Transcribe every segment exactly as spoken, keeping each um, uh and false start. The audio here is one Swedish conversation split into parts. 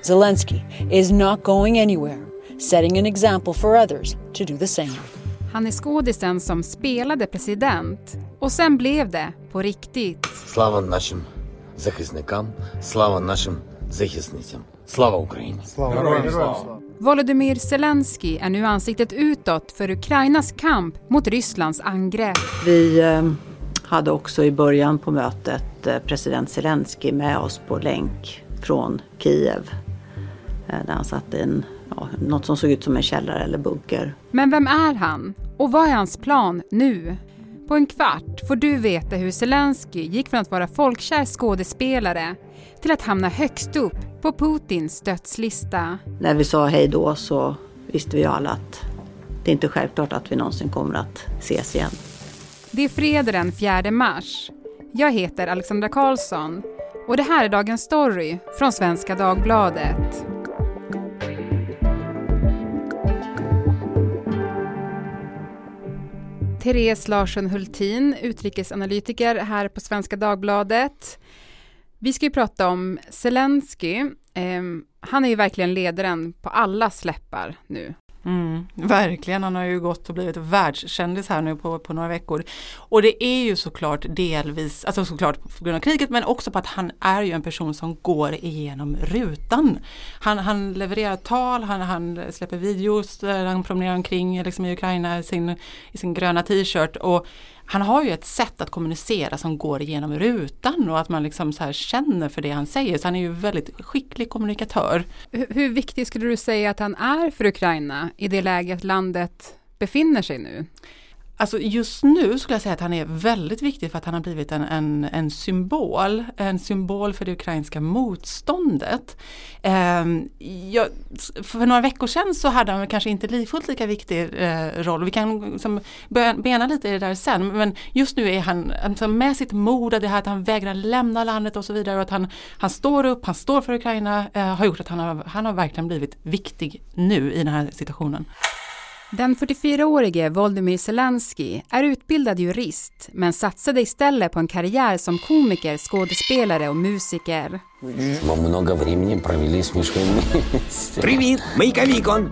Zelensky is not going anywhere, setting an example for others to do the same. Han är skådisen som spelade president och sen blev det på riktigt. Slava našim захисникам, slava našim захисницям. Slava Ukraina. Slava. Volodymyr Zelensky är nu ansiktet utåt för Ukrainas kamp mot Rysslands angrepp. Vi eh, hade också i början på mötet eh, president Zelensky med oss på länk från Kiev. Eh, där han satt i en, ja, något som såg ut som en källare eller bunker. Men vem är han? Och vad är hans plan nu? På en kvart får du veta hur Zelensky gick från att vara folkkär skådespelare till att hamna högst upp på Putins dödslista. När vi sa hej då så visste vi alla att det är inte självklart att vi någonsin kommer att ses igen. Det är fredag den fjärde mars. Jag heter Alexandra Karlsson och det här är dagens story från Svenska Dagbladet. Therese Larsson Hultin, utrikesanalytiker här på Svenska Dagbladet. Vi ska ju prata om Zelensky. Eh, han är ju verkligen ledaren på alla släppar nu. Mm, verkligen, han har ju gått och blivit världskändis här nu på, på några veckor. Och det är ju såklart delvis, alltså såklart på grund av kriget, men också på att han är ju en person som går igenom rutan. Han, han levererar tal, han, han släpper videos där han promenerar omkring liksom i Ukraina i sin, i sin gröna t-shirt, och han har ju ett sätt att kommunicera som går igenom rutan och att man liksom så här känner för det han säger. Så han är ju väldigt skicklig kommunikatör. Hur, hur viktig skulle du säga att han är för Ukraina i det läget landet befinner sig nu? Alltså just nu skulle jag säga att han är väldigt viktig för att han har blivit en, en, en symbol. En symbol för det ukrainska motståndet. Eh, jag, för några veckor sedan så hade han kanske inte li, fullt lika viktig eh, roll. Vi kan liksom bena lite i det där sen. Men just nu är han alltså med sitt mod, det här att han vägrar lämna landet och så vidare. Och att han, han står upp, han står för Ukraina. Eh, har gjort att han har, han har verkligen blivit viktig nu i den här situationen. Den fyrtiofyraårige Volodymyr Zelensky är utbildad jurist men satsade istället på en karriär som komiker, skådespelare och musiker. Привет, Майковикон!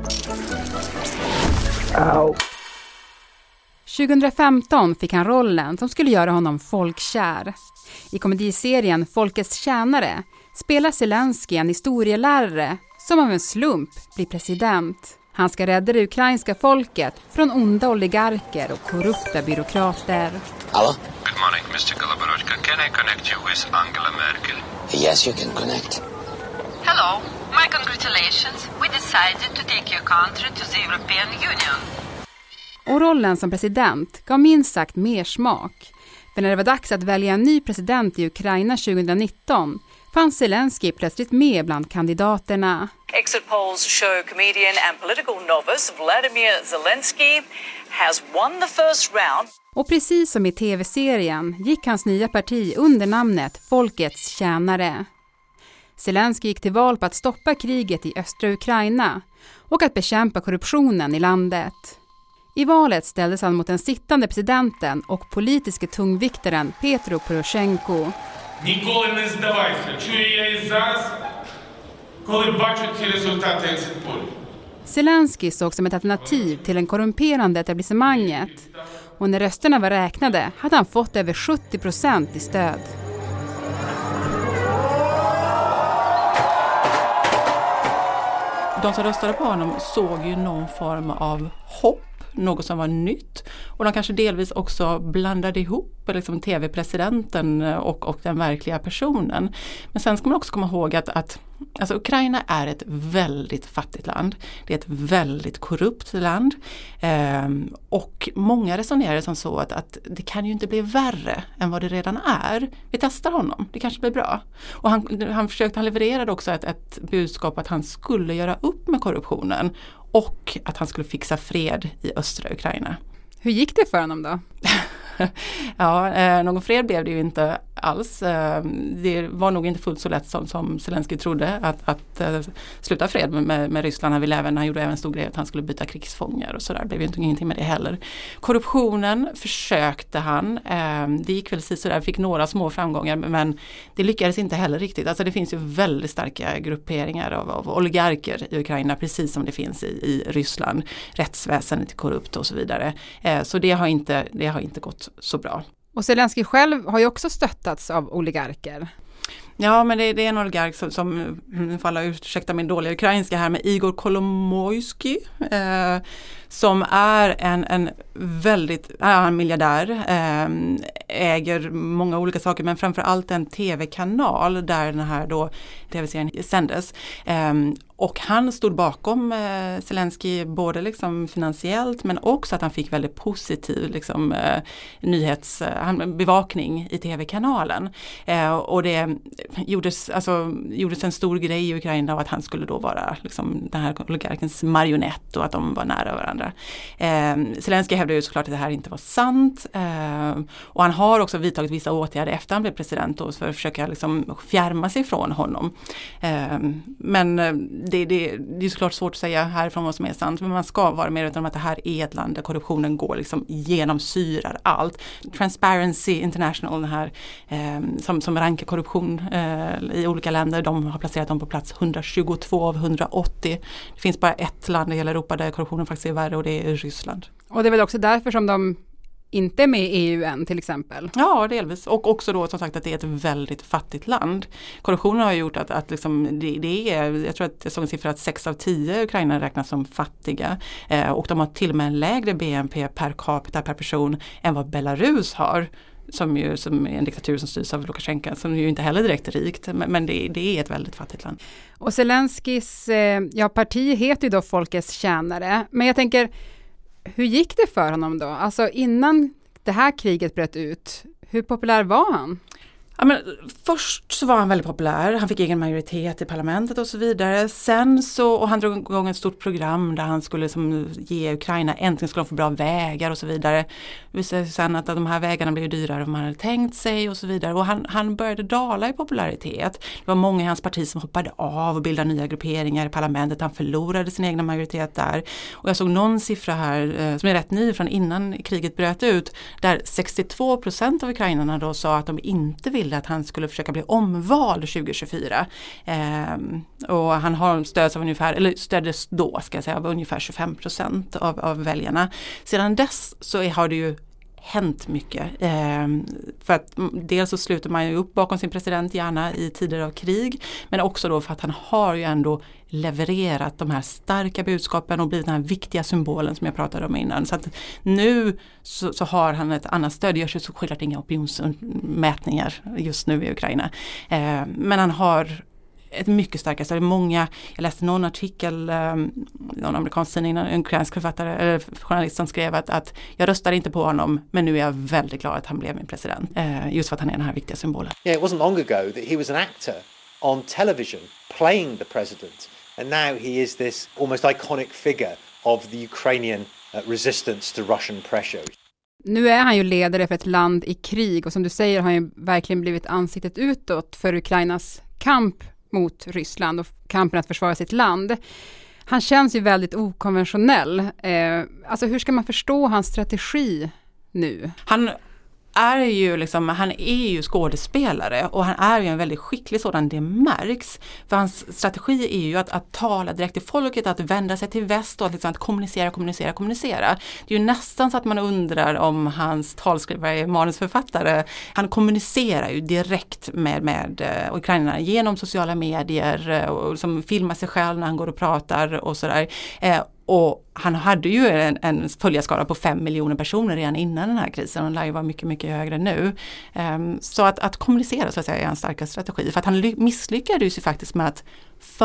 tjugohundrafemton fick han rollen som skulle göra honom folkkär. I komediserien Folkets tjänare spelar Zelensky en historielärare som av en slump blir president. Han ska rädda det ukrainska folket från onda oligarker och korrupta byråkrater. Hallå? Good morning, mister Goloborodka. Can I connect you with Angela Merkel? Yes, you can connect. Hello. My congratulations. We decided to take your country to the European Union. Och rollen som president gav minst sagt mer smak. För när det var dags att välja en ny president i Ukraina tjugonitton fanns Zelensky plötsligt med bland kandidaterna. Exit polls show comedian and political novice Vladimir Zelensky has won the first round. Och precis som i tv-serien gick hans nya parti under namnet Folkets tjänare. Zelensky gick till val på att stoppa kriget i östra Ukraina och att bekämpa korruptionen i landet. I valet ställdes han mot den sittande presidenten och politiska tungviktaren Petro Poroshenko. Ніколи не здавайся. Чую я і зараз, коли бачу ці результати екзитполів. Zelensky såg som ett alternativ till den korrumperande etablissemanget. Och när rösterna var räknade hade han fått över sjuttio procent i stöd. De som röstade på honom såg ju någon form av hopp. Något som var nytt, och de kanske delvis också blandade ihop liksom tv-presidenten och, och den verkliga personen. Men sen ska man också komma ihåg att, att alltså Ukraina är ett väldigt fattigt land. Det är ett väldigt korrupt land. Ehm, och många resonerar som så att, att det kan ju inte bli värre än vad det redan är. Vi testar honom, det kanske blir bra. Och han, han försökte, han levererade också ett, ett budskap att han skulle göra upp med korruptionen. Och att han skulle fixa fred i östra Ukraina. Hur gick det för honom då? ja, eh, någon fred blev det ju inte alls. Det var nog inte fullt så lätt som, som Zelensky trodde att, att sluta fred med, med Ryssland. Han, ville även, han gjorde även en stor grej att han skulle byta krigsfångar och sådär. Det blev ju ingenting med det heller. Korruptionen försökte han. Det gick väl sådär, fick några små framgångar, men det lyckades inte heller riktigt. Alltså det finns ju väldigt starka grupperingar av, av oligarker i Ukraina, precis som det finns i, i Ryssland. Rättsväsendet är korrupt och så vidare. Så det har inte, det har inte gått så bra. Och Zelensky själv har ju också stöttats av oligarker. Ja, men det, det är en oligark som, som får alla ursäkta min dåliga ukrainska här, med Igor Kolomoisky eh, som är en, en väldigt, äh, en miljardär, eh, äger många olika saker, men framförallt en tv-kanal där den här då tv-serien sändes. Eh, och han stod bakom eh, Zelensky både liksom finansiellt, men också att han fick väldigt positiv liksom, eh, nyhetsbevakning i tv-kanalen. Eh, och det gjordes, alltså, gjordes en stor grej i Ukraina av att han skulle då vara liksom, den här oligarkens marionett och att de var nära varandra. Eh, Zelensky hävdade ju såklart att det här inte var sant. Eh, och han har också vidtagit vissa åtgärder efter han blev president då, för att försöka liksom, fjärma sig från honom. Eh, men det, det, det är såklart svårt att säga härifrån vad som är sant, men man ska vara medveten om att det här är ett land där korruptionen går liksom genomsyrar allt. Transparency International, den här, eh, som, som rankar korruption eh, i olika länder, de har placerat dem på plats hundratjugotvå av hundraåttio. Det finns bara ett land i hela Europa där korruptionen faktiskt är värre, och det är Ryssland. Och det är väl också därför som de inte är med i E U än till exempel. Ja, delvis. Och också då som sagt att det är ett väldigt fattigt land. Korruptionen har gjort att, att liksom det, det är, jag tror att jag såg en siffra att sex av tio ukrainare räknas som fattiga. Eh, och de har till och med en lägre B N P per capita per person än vad Belarus har. Som ju som är en diktatur som styrs av Lukasjenko, som ju inte heller direkt är rikt, men, men det, det är ett väldigt fattigt land. Och Zelenskys eh, ja, parti heter ju då Folkets tjänare, men jag tänker, hur gick det för honom då? Alltså innan det här kriget bröt ut, hur populär var han? Ja, men först så var han väldigt populär. Han fick egen majoritet i parlamentet och så vidare. Sen så, och han drog igång ett stort program där han skulle som, ge Ukraina, äntligen skulle de få bra vägar och så vidare. Det visade sig sen att de här vägarna blev dyrare än man hade tänkt sig och så vidare. Och han, han började dala i popularitet. Det var många i hans parti som hoppade av och bildade nya grupperingar i parlamentet. Han förlorade sin egna majoritet där. Och jag såg någon siffra här eh, som är rätt ny från innan kriget bröt ut, där sextiotvå procent av ukrainarna då sa att de inte ville att han skulle försöka bli omvald tjugo tjugofyra. Eh, och han har stöd av ungefär, eller stöddes då ska jag säga, av ungefär tjugofem procent av, av väljarna. Sedan dess så är, har det ju hänt mycket. Eh, för att dels så sluter man ju upp bakom sin president gärna i tider av krig, men också då för att han har ju ändå levererat de här starka budskapen och blivit den här viktiga symbolen som jag pratade om innan. Så att nu så, så har han ett annat stöd. Det görs ju så skillnad inga opinionsmätningar just nu i Ukraina. Eh, men han har ett mycket starkare stöd. Många, jag läste någon artikel, um, någon amerikansk tidning, en ukrainsk författare eller journalist som skrev att, att jag röstade inte på honom, men nu är jag väldigt glad att han blev min president. Uh, just för att han är den här viktiga symbolen. Yeah, it wasn't long ago that he was an actor on television playing the president, and now he is this almost iconic figure of the Ukrainian uh, resistance to Russian pressure. Nu är han ju ledare för ett land i krig, och som du säger har han ju verkligen blivit ansiktet utåt för Ukrainas kamp mot Ryssland och kampen att försvara sitt land. Han känns ju väldigt okonventionell. Eh, alltså hur ska man förstå hans strategi nu? Han är ju liksom, han är ju skådespelare och han är ju en väldigt skicklig sådan, det märks. För hans strategi är ju att, att tala direkt till folket, att vända sig till väst och att, liksom, att kommunicera, kommunicera, kommunicera. Det är ju nästan så att man undrar om hans talskrivare är manusförfattare. Han kommunicerar ju direkt med, med uh, Ukraina genom sociala medier uh, och som filmar sig själv när han går och pratar och sådär. Uh, Och han hade ju en, en följarskara på fem miljoner personer redan innan den här krisen. Och den lär ju vara mycket, mycket högre nu. Um, så att, att kommunicera så att säga är en starkare strategi. För att han ly- misslyckades ju faktiskt med att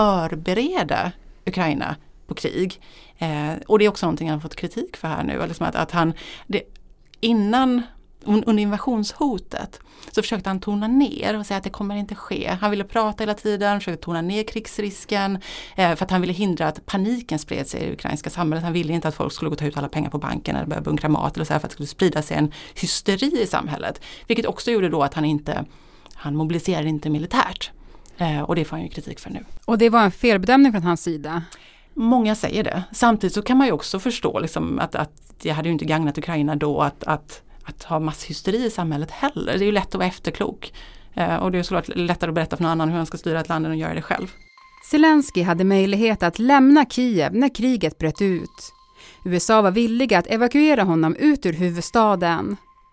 förbereda Ukraina på krig. Uh, och det är också någonting han fått kritik för här nu. Liksom att, att han, det, innan... under invasionshotet så försökte han tona ner och säga att det kommer inte ske. Han ville prata hela tiden, försökte tona ner krigsrisken eh, för att han ville hindra att paniken spred sig i det ukrainska samhället. Han ville inte att folk skulle gå ta ut alla pengar på banken eller börja bunkra mat eller så här, för att det skulle sprida sig en hysteri i samhället. Vilket också gjorde då att han inte han mobiliserar inte militärt. Eh, och det får han ju kritik för nu. Och det var en felbedömning från hans sida? Många säger det. Samtidigt så kan man ju också förstå liksom, att, att det hade ju inte gagnat Ukraina då att, att, att ha masshysteri i samhället heller. Det är ju lätt att vara efterklok. Eh, och det är ju såklart lättare att berätta för någon annan hur han ska styra ett land än att göra det själv. Zelensky hade möjlighet att lämna Kiev när kriget bröt ut. U S A var villiga att evakuera honom ut ur huvudstaden.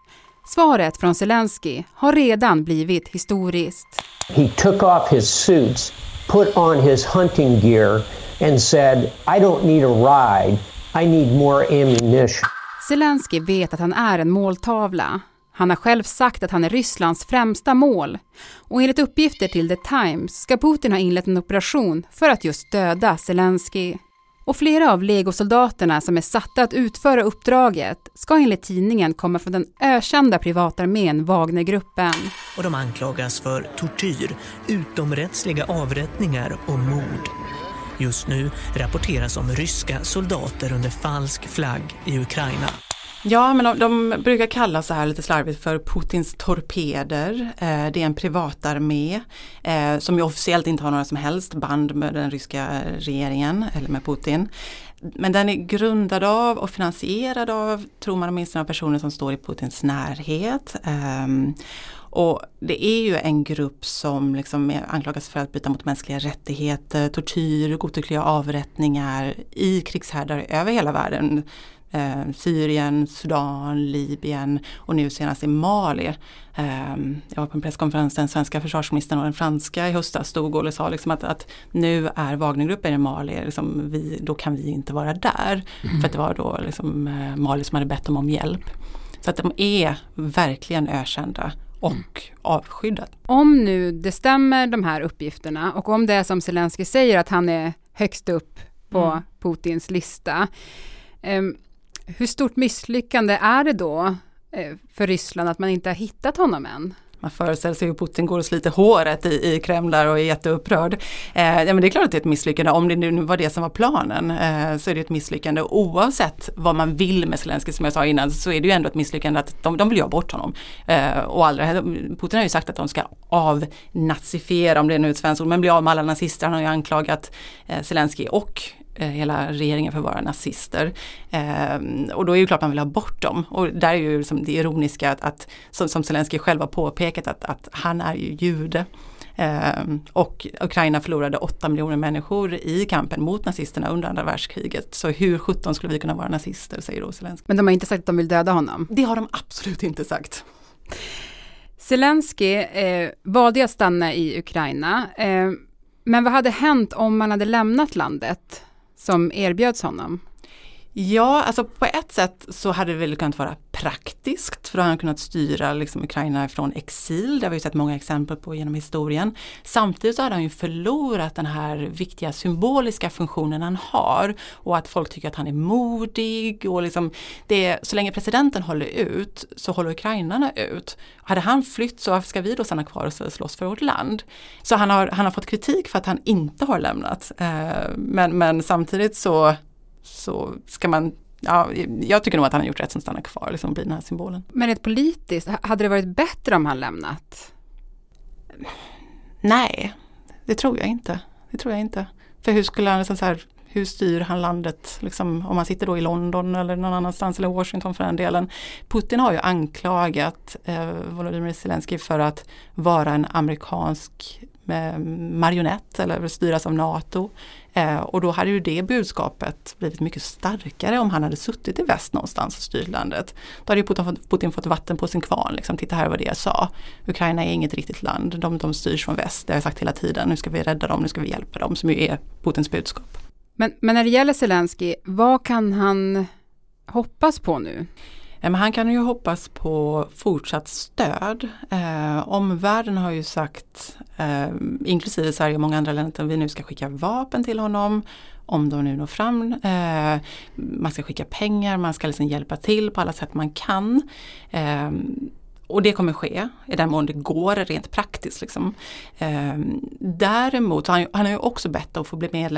Svaret från Zelensky har redan blivit historiskt. He took off his suits, put on his hunting gear and said, I don't need a ride, I need more ammunition. Zelensky vet att han är en måltavla. Han har själv sagt att han är Rysslands främsta mål. Och enligt uppgifter till The Times ska Putin ha inlett en operation för att just döda Zelensky. Och flera av legosoldaterna som är satta att utföra uppdraget ska enligt tidningen komma från den ökända privatarmén Wagnergruppen. Och de anklagas för tortyr, utomrättsliga avrättningar och mord. Just nu rapporteras om ryska soldater under falsk flagg i Ukraina. Ja, men de, de brukar kalla så här lite slarvigt för Putins torpeder. Eh, det är en privatarmé eh, som ju officiellt inte har några som helst band med den ryska regeringen eller med Putin. Men den är grundad av och finansierad av, tror man, åtminstone av personer som står i Putins närhet. Eh, och det är ju en grupp som liksom anklagas för att bryta mot mänskliga rättigheter, tortyr, godtyckliga avrättningar i krigshärdar över hela världen. Eh, Syrien, Sudan, Libyen och nu senast i Mali. Eh, jag var på en presskonferens, den svenska försvarsministern och den franska i höstas stod och sa liksom att, att nu är Wagnergruppen i Mali, liksom vi, då kan vi inte vara där. Mm. För att det var då liksom, eh, Mali som hade bett dem om hjälp. Så att de är verkligen ökända och mm. avskyddade. Om nu det stämmer de här uppgifterna och om det är som Zelensky säger att han är högst upp på mm. Putins lista, eh, hur stort misslyckande är det då för Ryssland att man inte har hittat honom än? Man föreställer sig hur Putin går och sliter håret i, i Kreml där och är jätteupprörd. Eh, ja, men det är klart att det är ett misslyckande. Om det nu var det som var planen eh, så är det ett misslyckande. Oavsett vad man vill med Zelensky, som jag sa innan, så är det ju ändå ett misslyckande att de, de vill göra bort honom. Eh, och allra, Putin har ju sagt att de ska avnazifiera, om det är nu ett svenskt ord, men bli av med alla nazister. Han har ju anklagat eh, Zelensky och hela regeringen för att vara nazister. Eh, och då är det ju klart man vill ha bort dem. Och där är ju liksom det ironiska att, att som, som Zelensky själv har påpekat att, att han är ju jude. Eh, och Ukraina förlorade åtta miljoner människor i kampen mot nazisterna under andra världskriget. Så hur sjutton skulle vi kunna vara nazister, säger då Zelensky. Men de har inte sagt att de vill döda honom? Det har de absolut inte sagt. Zelensky eh, valde att stanna i Ukraina. Eh, men vad hade hänt om man hade lämnat landet som erbjöds honom? Ja, alltså på ett sätt så hade det väl kunnat vara praktiskt, för då hade han kunnat styra liksom Ukraina från exil. Det har vi ju sett många exempel på genom historien. Samtidigt så hade han ju förlorat den här viktiga symboliska funktionen han har, och att folk tycker att han är modig. Och liksom det, så länge presidenten håller ut så håller ukrainarna ut. Hade han flytt så ska vi då stanna kvar och slåss för vårt land. Så han har, han har fått kritik för att han inte har lämnat. Men, men samtidigt så så ska man, ja, jag tycker nog att han har gjort rätt som stannar kvar, liksom blir den här symbolen. Men ett politiskt, hade det varit bättre om han lämnat? Nej, det tror jag inte. Det tror jag inte. För hur skulle han liksom så här, hur styr han landet liksom, om han sitter då i London eller någon annanstans, eller Washington för den delen. Putin har ju anklagat eh, Volodymyr Zelensky för att vara en amerikansk eh, marionett eller styras av NATO. Eh, och då hade ju det budskapet blivit mycket starkare om han hade suttit i väst någonstans och styrt landet. Då hade ju Putin fått, Putin fått vatten på sin kvarn. Liksom. Titta här vad det jag sa. Ukraina är inget riktigt land. De, de styrs från väst. Det har jag sagt hela tiden. Nu ska vi rädda dem, nu ska vi hjälpa dem, som ju är Putins budskap. Men, men när det gäller Zelensky, vad kan han hoppas på nu? Ja, men han kan ju hoppas på fortsatt stöd. Eh, omvärlden har ju sagt, eh, inklusive Sverige och många andra länder, att vi nu ska skicka vapen till honom om de nu når fram. Eh, man ska skicka pengar, man ska liksom hjälpa till på alla sätt man kan. Eh, Och det kommer ske i den mån det går rent praktiskt. Liksom. Eh, däremot, han, han har ju också bett att få bli medlem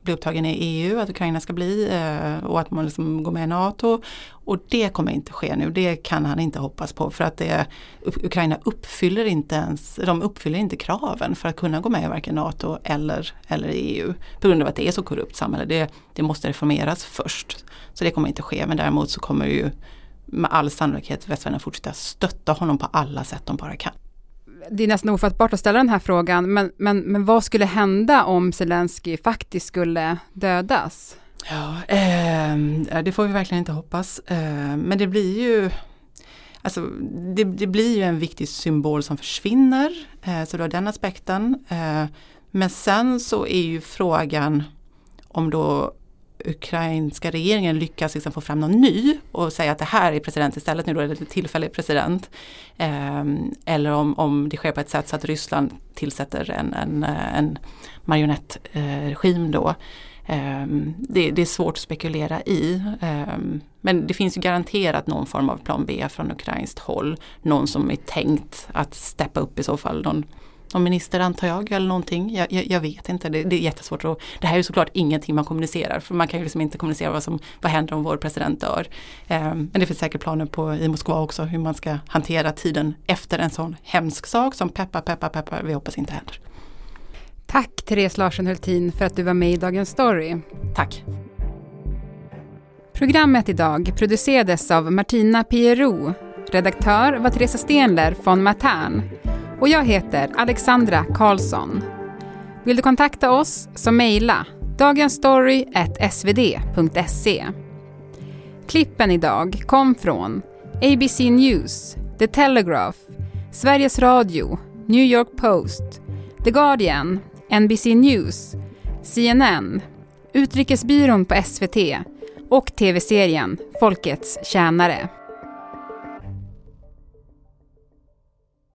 bli upptagen i E U, att Ukraina ska bli eh, och att man liksom går med i NATO. Och det kommer inte ske nu. Det kan han inte hoppas på för att det, Ukraina uppfyller inte ens, de uppfyller inte kraven för att kunna gå med i varken NATO eller, eller E U. På grund av att det är så korrupt samhälle. Det, det måste reformeras först. Så det kommer inte ske. Men däremot så kommer ju med all sannolikhet västvärlden fortsätta stötta honom på alla sätt de bara kan. Det är nästan ofattbart att ställa den här frågan, men, men, men vad skulle hända om Zelensky faktiskt skulle dödas? Ja, eh, det får vi verkligen inte hoppas. Eh, men det blir ju alltså, det, det blir ju en viktig symbol som försvinner. Eh, så då den aspekten. Eh, men sen så är ju frågan om då ukrainska regeringen lyckas liksom få fram någon ny och säga att det här är president istället, nu då är det tillfällig president. Eh, eller om, om det sker på ett sätt så att Ryssland tillsätter en, en, en marionettregim eh, då. Eh, det, det är svårt att spekulera i. Eh, men det finns ju garanterat någon form av plan B från ukrainskt håll. Någon som är tänkt att steppa upp i så fall. Någon Någon minister antar jag eller någonting. Jag, jag, jag vet inte. Det, det är jättesvårt. Att, det här är såklart ingenting man kommunicerar. För man kan ju liksom inte kommunicera vad som vad händer om vår president dör. Eh, men det finns säkert planer på i Moskva också. Hur man ska hantera tiden efter en sån hemsk sak som peppa, peppa, peppa. Vi hoppas inte händer. Tack Therese Larsson Hultin för att du var med i Dagens Story. Tack. Programmet idag producerades av Martina Pierrot. Redaktör var Teresa Stenler från Matern. Och jag heter Alexandra Karlsson. Vill du kontakta oss så mejla dagensstory at s v d punkt se. Klippen idag kom från A B C News, The Telegraph, Sveriges Radio, New York Post, The Guardian, N B C News, C N N, Utrikesbyrån på S V T och tv-serien Folkets tjänare.